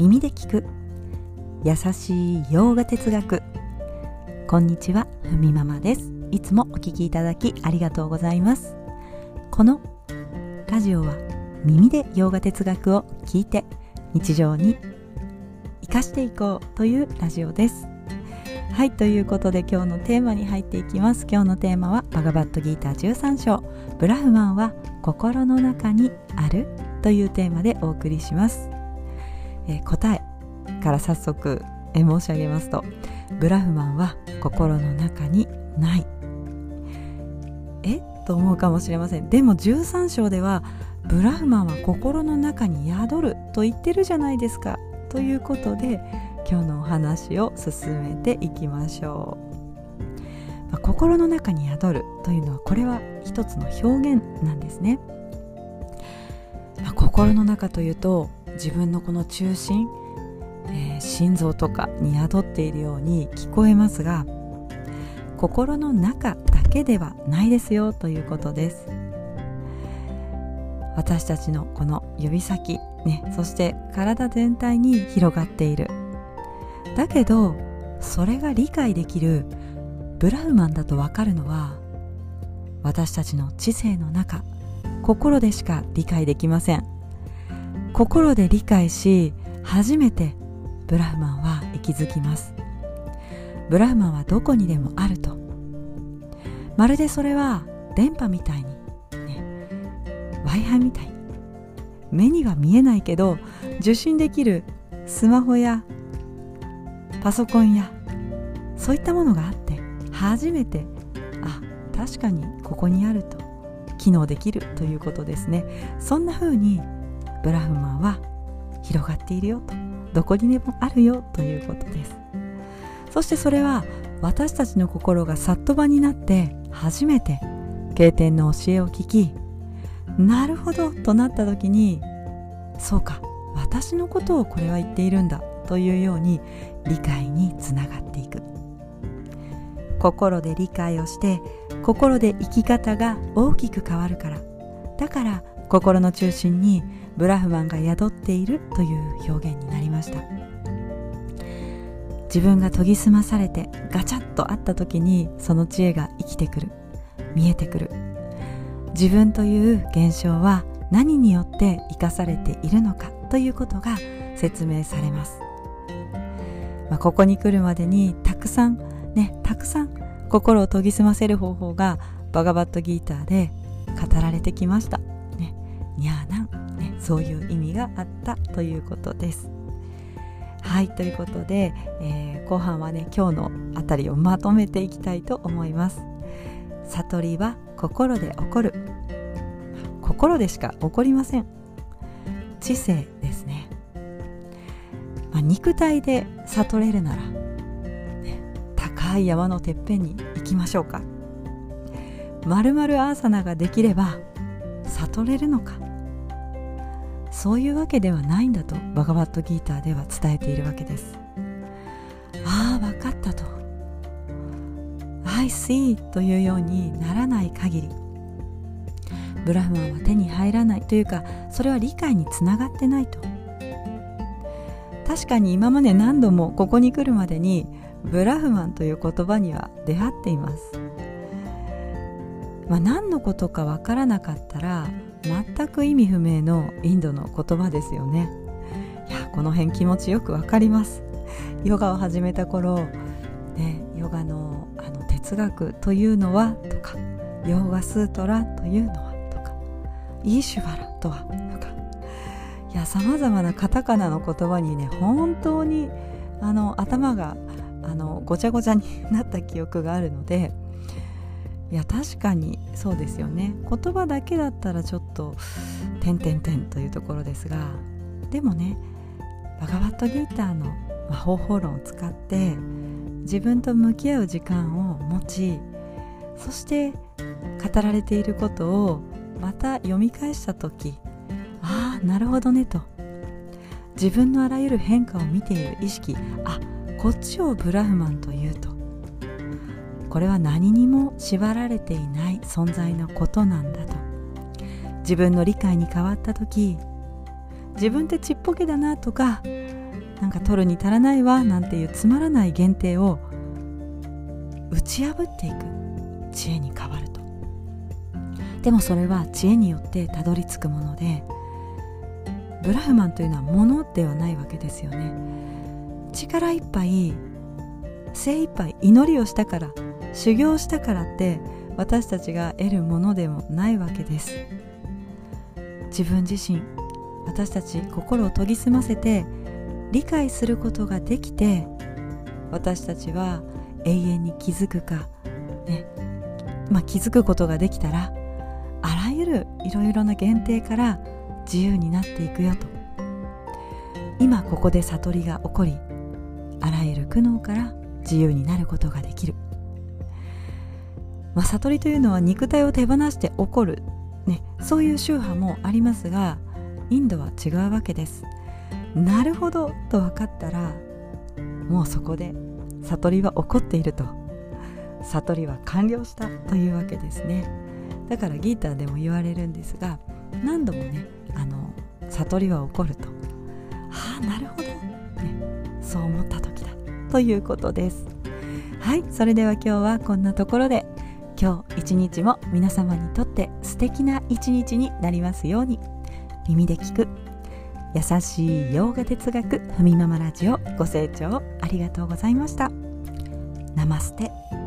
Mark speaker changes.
Speaker 1: 耳で聞く優しい洋画哲学。こんにちは、ふみママです。いつもお聞きいただきありがとうございます。このラジオは耳で洋画哲学を聞いて日常に生かしていこうというラジオです。はい、ということで今日のテーマに入っていきます。今日のテーマはバガバットギーター13章、ブラフマンは心の中にあるというテーマでお送りします。答えから早速申し上げますと、ブラフマンは心の中にないと思うかもしれません。でも13章ではブラフマンは心の中に宿ると言ってるじゃないですか。ということで今日のお話を進めていきましょう。心の中に宿るというのは、これは一つの表現なんですね。心の中というと自分のこの中心、心臓とかに宿っているように聞こえますが、心の中だけではないですよということです。私たちのこの指先、そして体全体に広がっている。だけどそれが理解できるブラフマンだと分かるのは、私たちの知性の中、心でしか理解できません。心で理解し初めてブラフマンは息づきます。ブラフマンはどこにでもあると。まるでそれは電波みたいに、Wi-Fi みたいに目には見えないけど受信できるスマホやパソコンやそういったものがあって初めて、確かにここにあると機能できるということですね。そんな風にブラフマンは広がっているよと、どこにでもあるよということです。そしてそれは私たちの心がサットバになって初めて経典の教えを聞き、なるほどとなった時に、そうか、私のことをこれは言っているんだというように理解につながっていく。心で理解をして心で生き方が大きく変わるから。だから心の中心にブラフマンが宿っているという表現になりました。自分が研ぎ澄まされてガチャッとあった時に、その知恵が生きてくる、見えてくる。自分という現象は何によって生かされているのかということが説明されます。ここに来るまでにたくさん心を研ぎ澄ませる方法がバガバットギーターで語られてきました。ニャーナン、そういう意味があったということです。はい、ということで、後半は今日のあたりをまとめていきたいと思います。悟りは心で起こる。心でしか起こりません。知性ですね。肉体で悟れるなら、高い山のてっぺんに行きましょうか。丸々アーサナができれば悟れるのか。そういうわけではないんだとバガバットギーターでは伝えているわけです。分かったと、I see というようにならない限り、ブラフマンは手に入らないというか、それは理解につながってないと。確かに今まで何度もここに来るまでにブラフマンという言葉には出会っています。何のことかわからなかったら全く意味不明のインドの言葉ですよね。この辺気持ちよくわかります。ヨガを始めた頃、ヨガの哲学というのはとか、ヨーガスートラというのはとか、イーシュバラとはとか、さまざまなカタカナの言葉に本当に頭がごちゃごちゃになった記憶があるので、確かにそうですよね。言葉だけだったらちょっと点々点というところですが、でもバガバットギーターの方法論を使って自分と向き合う時間を持ち、そして語られていることをまた読み返したとき、なるほどねと、自分のあらゆる変化を見ている意識、こっちをブラフマンというと、これは何にも縛られていない存在のことなんだと。自分の理解に変わったとき、自分ってちっぽけだなとか、 なんか取るに足らないわなんていうつまらない限定を打ち破っていく知恵に変わると。でもそれは知恵によってたどり着くもので、ブラフマンというのはものではないわけですよね。力いっぱい精一杯祈りをしたから、修行したからって私たちが得るものでもないわけです。自分自身、私たち心を研ぎ澄ませて理解することができて、私たちは永遠に気づくか、気づくことができたら、あらゆるいろいろな限定から自由になっていくよと。今ここで悟りが起こり、あらゆる苦悩から自由になることができる。悟りというのは肉体を手放して起こる、そういう宗派もありますが、インドは違うわけです。なるほどと分かったら、もうそこで悟りは起こっていると、悟りは完了したというわけですね。だからギーターでも言われるんですが、何度も悟りは起こると、なるほど、そう思った時だということです。はい、それでは今日はこんなところで、今日一日も皆様にとって素敵な一日になりますように。耳で聞く優しい洋画哲学ふみママラジオ、ご清聴ありがとうございました。ナマステ。